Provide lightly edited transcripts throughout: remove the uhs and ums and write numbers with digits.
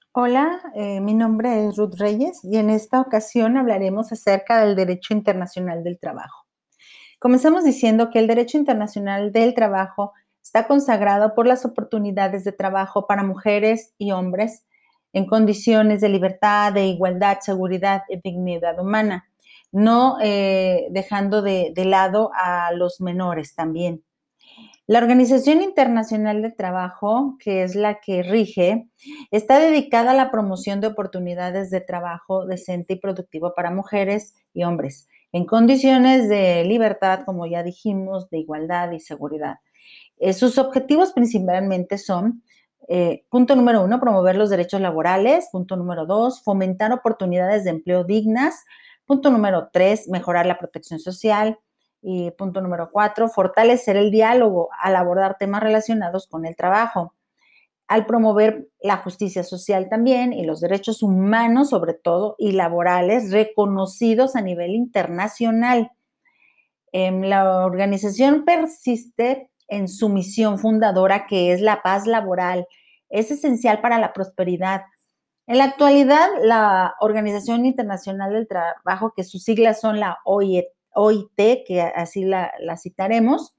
Hola, mi nombre es Ruth Reyes y en esta ocasión hablaremos acerca del derecho internacional del trabajo. Comenzamos diciendo que el derecho internacional del trabajo está consagrado por las oportunidades de trabajo para mujeres y hombres en condiciones de libertad, de igualdad, seguridad y dignidad humana, no dejando de lado a los menores también. La Organización Internacional de Trabajo, que es la que rige, está dedicada a la promoción de oportunidades de trabajo decente y productivo para mujeres y hombres, en condiciones de libertad, como ya dijimos, de igualdad y seguridad. Sus objetivos principalmente son, punto número uno, promover los derechos laborales. Punto número dos, fomentar oportunidades de empleo dignas. Punto número tres, mejorar la protección social. Y punto número cuatro, fortalecer el diálogo al abordar temas relacionados con el trabajo, al promover la justicia social también y los derechos humanos, sobre todo, y laborales reconocidos a nivel internacional. La organización persiste en su misión fundadora, que es la paz laboral. Es esencial para la prosperidad. En la actualidad, la Organización Internacional del Trabajo, que sus siglas son la OIT, que así la citaremos,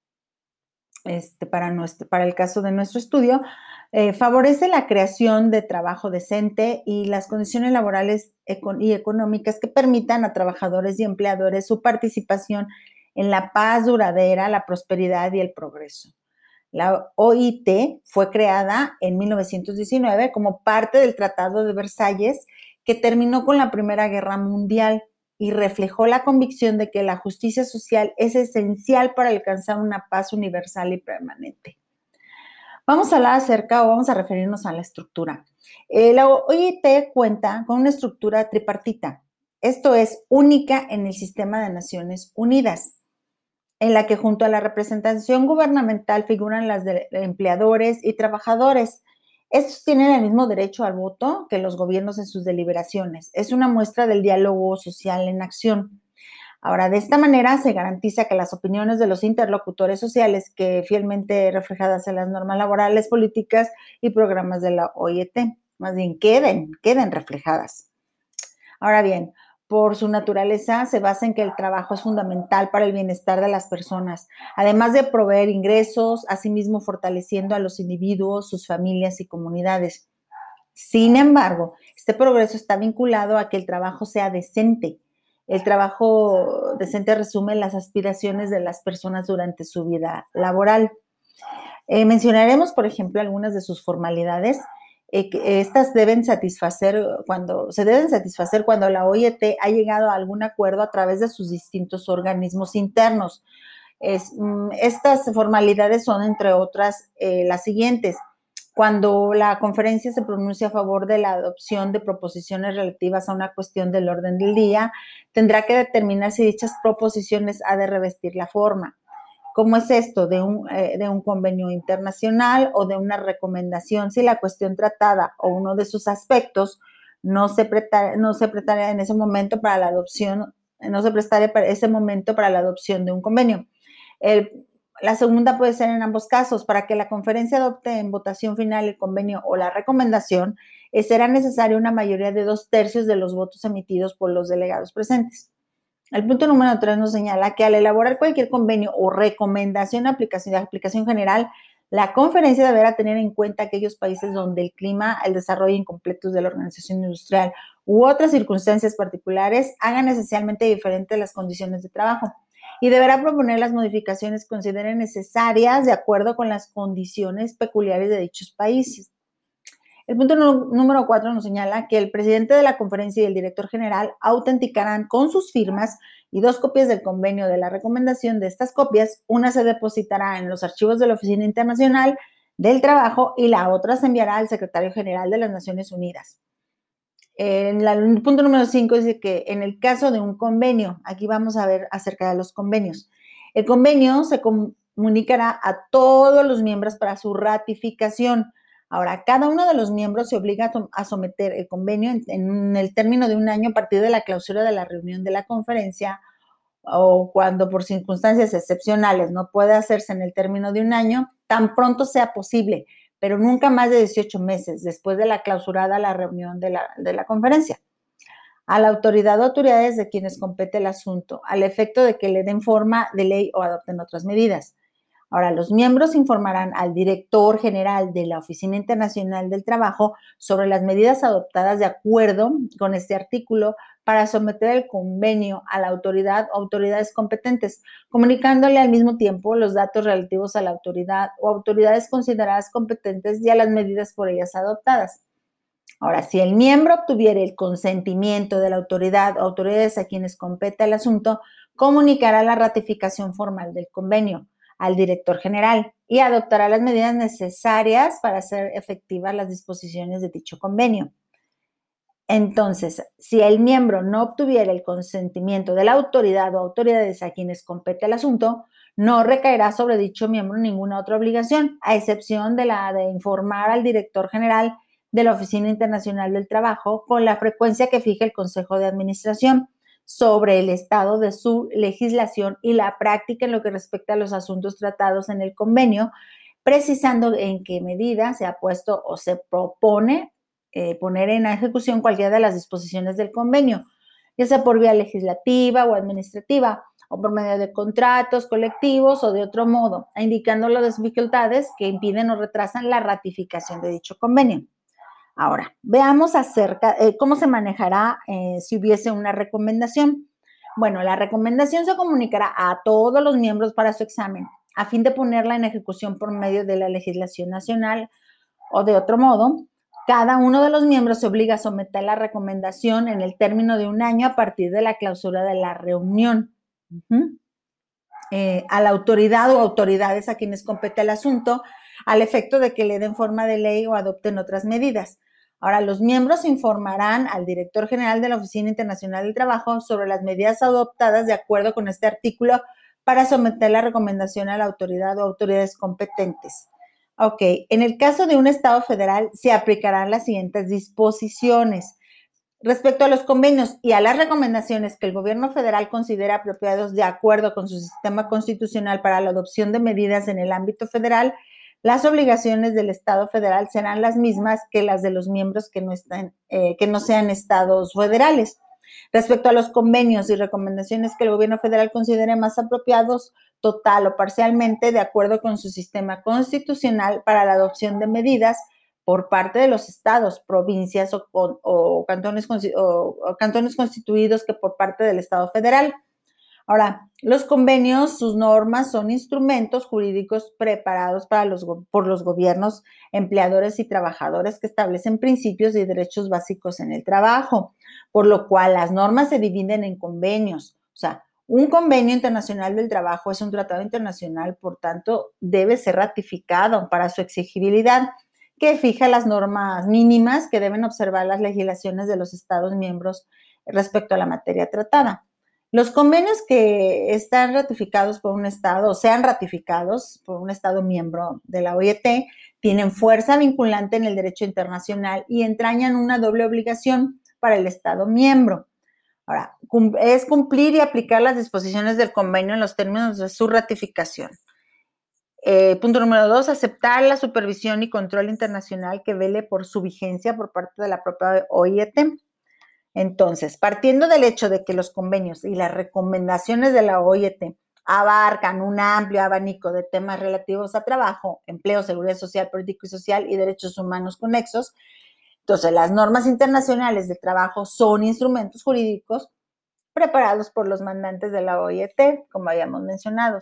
para el caso de nuestro estudio, favorece la creación de trabajo decente y las condiciones laborales y económicas que permitan a trabajadores y empleadores su participación en la paz duradera, la prosperidad y el progreso. La OIT fue creada en 1919 como parte del Tratado de Versalles, que terminó con la Primera Guerra Mundial y reflejó la convicción de que la justicia social es esencial para alcanzar una paz universal y permanente. Vamos a hablar acerca o vamos a referirnos a la estructura. La OIT cuenta con una estructura tripartita. Esto es única en el sistema de Naciones Unidas, en la que junto a la representación gubernamental figuran las de empleadores y trabajadores. Estos tienen el mismo derecho al voto que los gobiernos en sus deliberaciones. Es una muestra del diálogo social en acción. Ahora, de esta manera se garantiza que las opiniones de los interlocutores sociales, que fielmente reflejadas en las normas laborales, políticas y programas de la OIT, más bien queden reflejadas. Ahora bien, por su naturaleza se basa en que el trabajo es fundamental para el bienestar de las personas, además de proveer ingresos, asimismo fortaleciendo a los individuos, sus familias y comunidades. Sin embargo, este progreso está vinculado a que el trabajo sea decente. El trabajo decente resume las aspiraciones de las personas durante su vida laboral. Mencionaremos, por ejemplo, algunas de sus formalidades. Estas se deben satisfacer cuando la OIT ha llegado a algún acuerdo a través de sus distintos organismos internos. Estas formalidades son, entre otras, las siguientes: cuando la conferencia se pronuncia a favor de la adopción de proposiciones relativas a una cuestión del orden del día, tendrá que determinar si dichas proposiciones ha de revestir la forma. ¿Cómo es esto? De un convenio internacional o de una recomendación, si la cuestión tratada o uno de sus aspectos no se prestaría en ese momento para la adopción, no se prestaría para ese momento para la adopción de un convenio. La segunda puede ser en ambos casos. Para que la conferencia adopte en votación final el convenio o la recomendación, será necesaria una mayoría de 2/3 de los votos emitidos por los delegados presentes. El punto número 3 nos señala que al elaborar cualquier convenio o recomendación de aplicación general, la conferencia deberá tener en cuenta aquellos países donde el clima, el desarrollo incompletos de la organización industrial u otras circunstancias particulares hagan esencialmente diferentes las condiciones de trabajo, y deberá proponer las modificaciones que considere necesarias de acuerdo con las condiciones peculiares de dichos países. El punto número 4 nos señala que el presidente de la conferencia y el director general autenticarán con sus firmas y 2 copias del convenio de la recomendación. De estas copias, una se depositará en los archivos de la Oficina Internacional del Trabajo y la otra se enviará al secretario general de las Naciones Unidas. El punto número 5 dice que en el caso de un convenio, aquí vamos a ver acerca de los convenios. El convenio se comunicará a todos los miembros para su ratificación. Ahora, cada uno de los miembros se obliga a someter el convenio en el término de un año a partir de la clausura de la reunión de la conferencia, o cuando por circunstancias excepcionales no puede hacerse en el término de un año, tan pronto sea posible, pero nunca más de 18 meses después de la clausurada la reunión de la conferencia. A la autoridad o autoridades de quienes compete el asunto, al efecto de que le den forma de ley o adopten otras medidas. Ahora, los miembros informarán al director general de la Oficina Internacional del Trabajo sobre las medidas adoptadas de acuerdo con este artículo para someter el convenio a la autoridad o autoridades competentes, comunicándole al mismo tiempo los datos relativos a la autoridad o autoridades consideradas competentes y a las medidas por ellas adoptadas. Ahora, si el miembro obtuviere el consentimiento de la autoridad o autoridades a quienes compete el asunto, comunicará la ratificación formal del convenio al director general y adoptará las medidas necesarias para hacer efectivas las disposiciones de dicho convenio. Entonces, si el miembro no obtuviera el consentimiento de la autoridad o autoridades a quienes compete el asunto, no recaerá sobre dicho miembro ninguna otra obligación, a excepción de la de informar al director general de la Oficina Internacional del Trabajo con la frecuencia que fije el Consejo de Administración sobre el estado de su legislación y la práctica en lo que respecta a los asuntos tratados en el convenio, precisando en qué medida se ha puesto o se propone poner en ejecución cualquiera de las disposiciones del convenio, ya sea por vía legislativa o administrativa, o por medio de contratos colectivos o de otro modo, indicando las dificultades que impiden o retrasan la ratificación de dicho convenio. Ahora, veamos acerca cómo se manejará si hubiese una recomendación. Bueno, la recomendación se comunicará a todos los miembros para su examen, a fin de ponerla en ejecución por medio de la legislación nacional o de otro modo. Cada uno de los miembros se obliga a someter la recomendación en el término de un año a partir de la clausura de la reunión. A la autoridad o autoridades a quienes compete el asunto, al efecto de que le den forma de ley o adopten otras medidas. Ahora, los miembros informarán al director general de la Oficina Internacional del Trabajo sobre las medidas adoptadas de acuerdo con este artículo para someter la recomendación a la autoridad o autoridades competentes. Ok, en el caso de un Estado federal se aplicarán las siguientes disposiciones. Respecto a los convenios y a las recomendaciones que el gobierno federal considera apropiados de acuerdo con su sistema constitucional para la adopción de medidas en el ámbito federal, las obligaciones del Estado federal serán las mismas que las de los miembros que no sean estados federales. Respecto a los convenios y recomendaciones que el gobierno federal considere más apropiados, total o parcialmente, de acuerdo con su sistema constitucional para la adopción de medidas por parte de los estados, provincias o cantones constituidos que por parte del Estado federal. Ahora, los convenios, sus normas son instrumentos jurídicos preparados por los gobiernos, empleadores y trabajadores que establecen principios y derechos básicos en el trabajo, por lo cual las normas se dividen en convenios. O sea, un convenio internacional del trabajo es un tratado internacional, por tanto, debe ser ratificado para su exigibilidad, que fija las normas mínimas que deben observar las legislaciones de los estados miembros respecto a la materia tratada. Los convenios que están ratificados por un Estado o sean ratificados por un Estado miembro de la OIT tienen fuerza vinculante en el derecho internacional y entrañan una doble obligación para el Estado miembro. Ahora, es cumplir y aplicar las disposiciones del convenio en los términos de su ratificación. Punto número 2, aceptar la supervisión y control internacional que vele por su vigencia por parte de la propia OIT. Entonces, partiendo del hecho de que los convenios y las recomendaciones de la OIT abarcan un amplio abanico de temas relativos a trabajo, empleo, seguridad social, político y social y derechos humanos conexos, entonces las normas internacionales de trabajo son instrumentos jurídicos preparados por los mandantes de la OIT, como habíamos mencionado.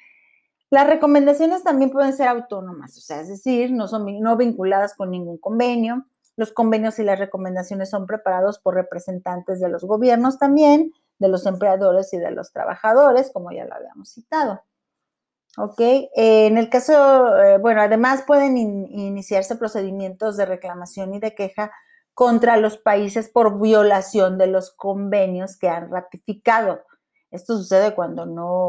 Las recomendaciones también pueden ser autónomas, o sea, es decir, no vinculadas con ningún convenio. Los convenios y las recomendaciones son preparados por representantes de los gobiernos también, de los empleadores y de los trabajadores, como ya lo habíamos citado. ¿Ok? En el caso, además pueden iniciarse procedimientos de reclamación y de queja contra los países por violación de los convenios que han ratificado. Esto sucede cuando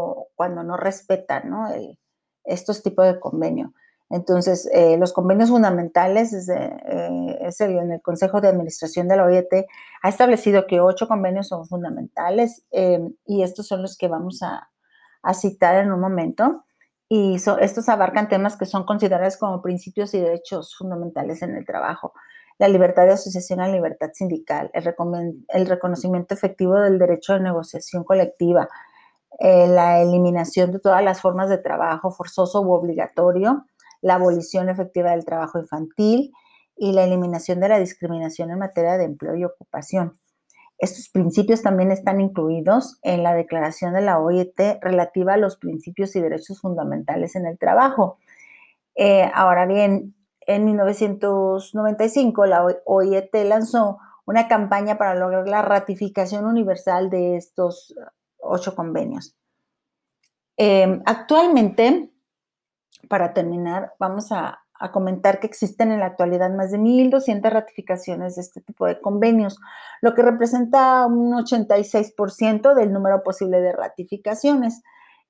no respetan, ¿no? Estos tipos de convenio. Entonces, los convenios fundamentales en el Consejo de Administración de la OIT ha establecido que 8 convenios son fundamentales y estos son los que vamos a citar en un momento. y estos abarcan temas que son considerados como principios y derechos fundamentales en el trabajo: la libertad de asociación, la libertad sindical, el reconocimiento efectivo del derecho de negociación colectiva, la eliminación de todas las formas de trabajo forzoso u obligatorio, la abolición efectiva del trabajo infantil y la eliminación de la discriminación en materia de empleo y ocupación. Estos principios también están incluidos en la declaración de la OIT relativa a los principios y derechos fundamentales en el trabajo. Ahora bien, en 1995 la OIT lanzó una campaña para lograr la ratificación universal de estos 8 convenios. Actualmente, para terminar, vamos a comentar que existen en la actualidad más de 1,200 ratificaciones de este tipo de convenios, lo que representa un 86% del número posible de ratificaciones.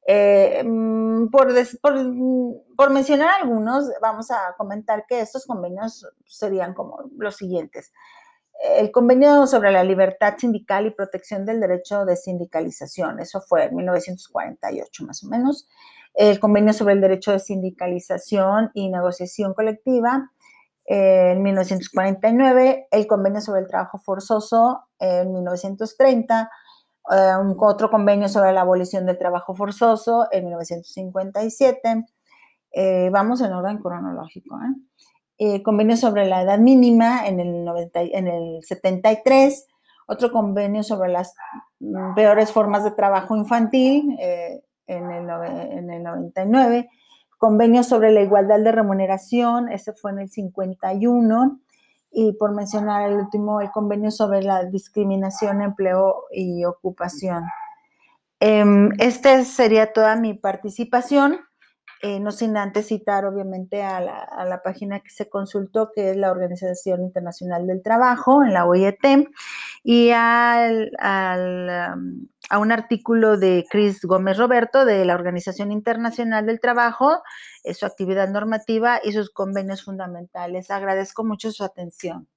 Por mencionar algunos, vamos a comentar que estos convenios serían como los siguientes: el convenio sobre la libertad sindical y protección del derecho de sindicalización, eso fue en 1948 más o menos. El convenio sobre el derecho de sindicalización y negociación colectiva en 1949, el convenio sobre el trabajo forzoso en 1930, otro convenio sobre la abolición del trabajo forzoso en 1957. Vamos en orden cronológico. Convenio sobre la edad mínima en el 73, otro convenio sobre las peores formas de trabajo infantil en el 99, convenio sobre la igualdad de remuneración, ese fue en el 51, y por mencionar el último, el convenio sobre la discriminación, empleo y ocupación. Esta sería toda mi participación. No sin antes citar obviamente a la página que se consultó, que es la Organización Internacional del Trabajo, en la OIT, y a un artículo de Chris Gómez Roberto de la Organización Internacional del Trabajo, su actividad normativa y sus convenios fundamentales. Agradezco mucho su atención.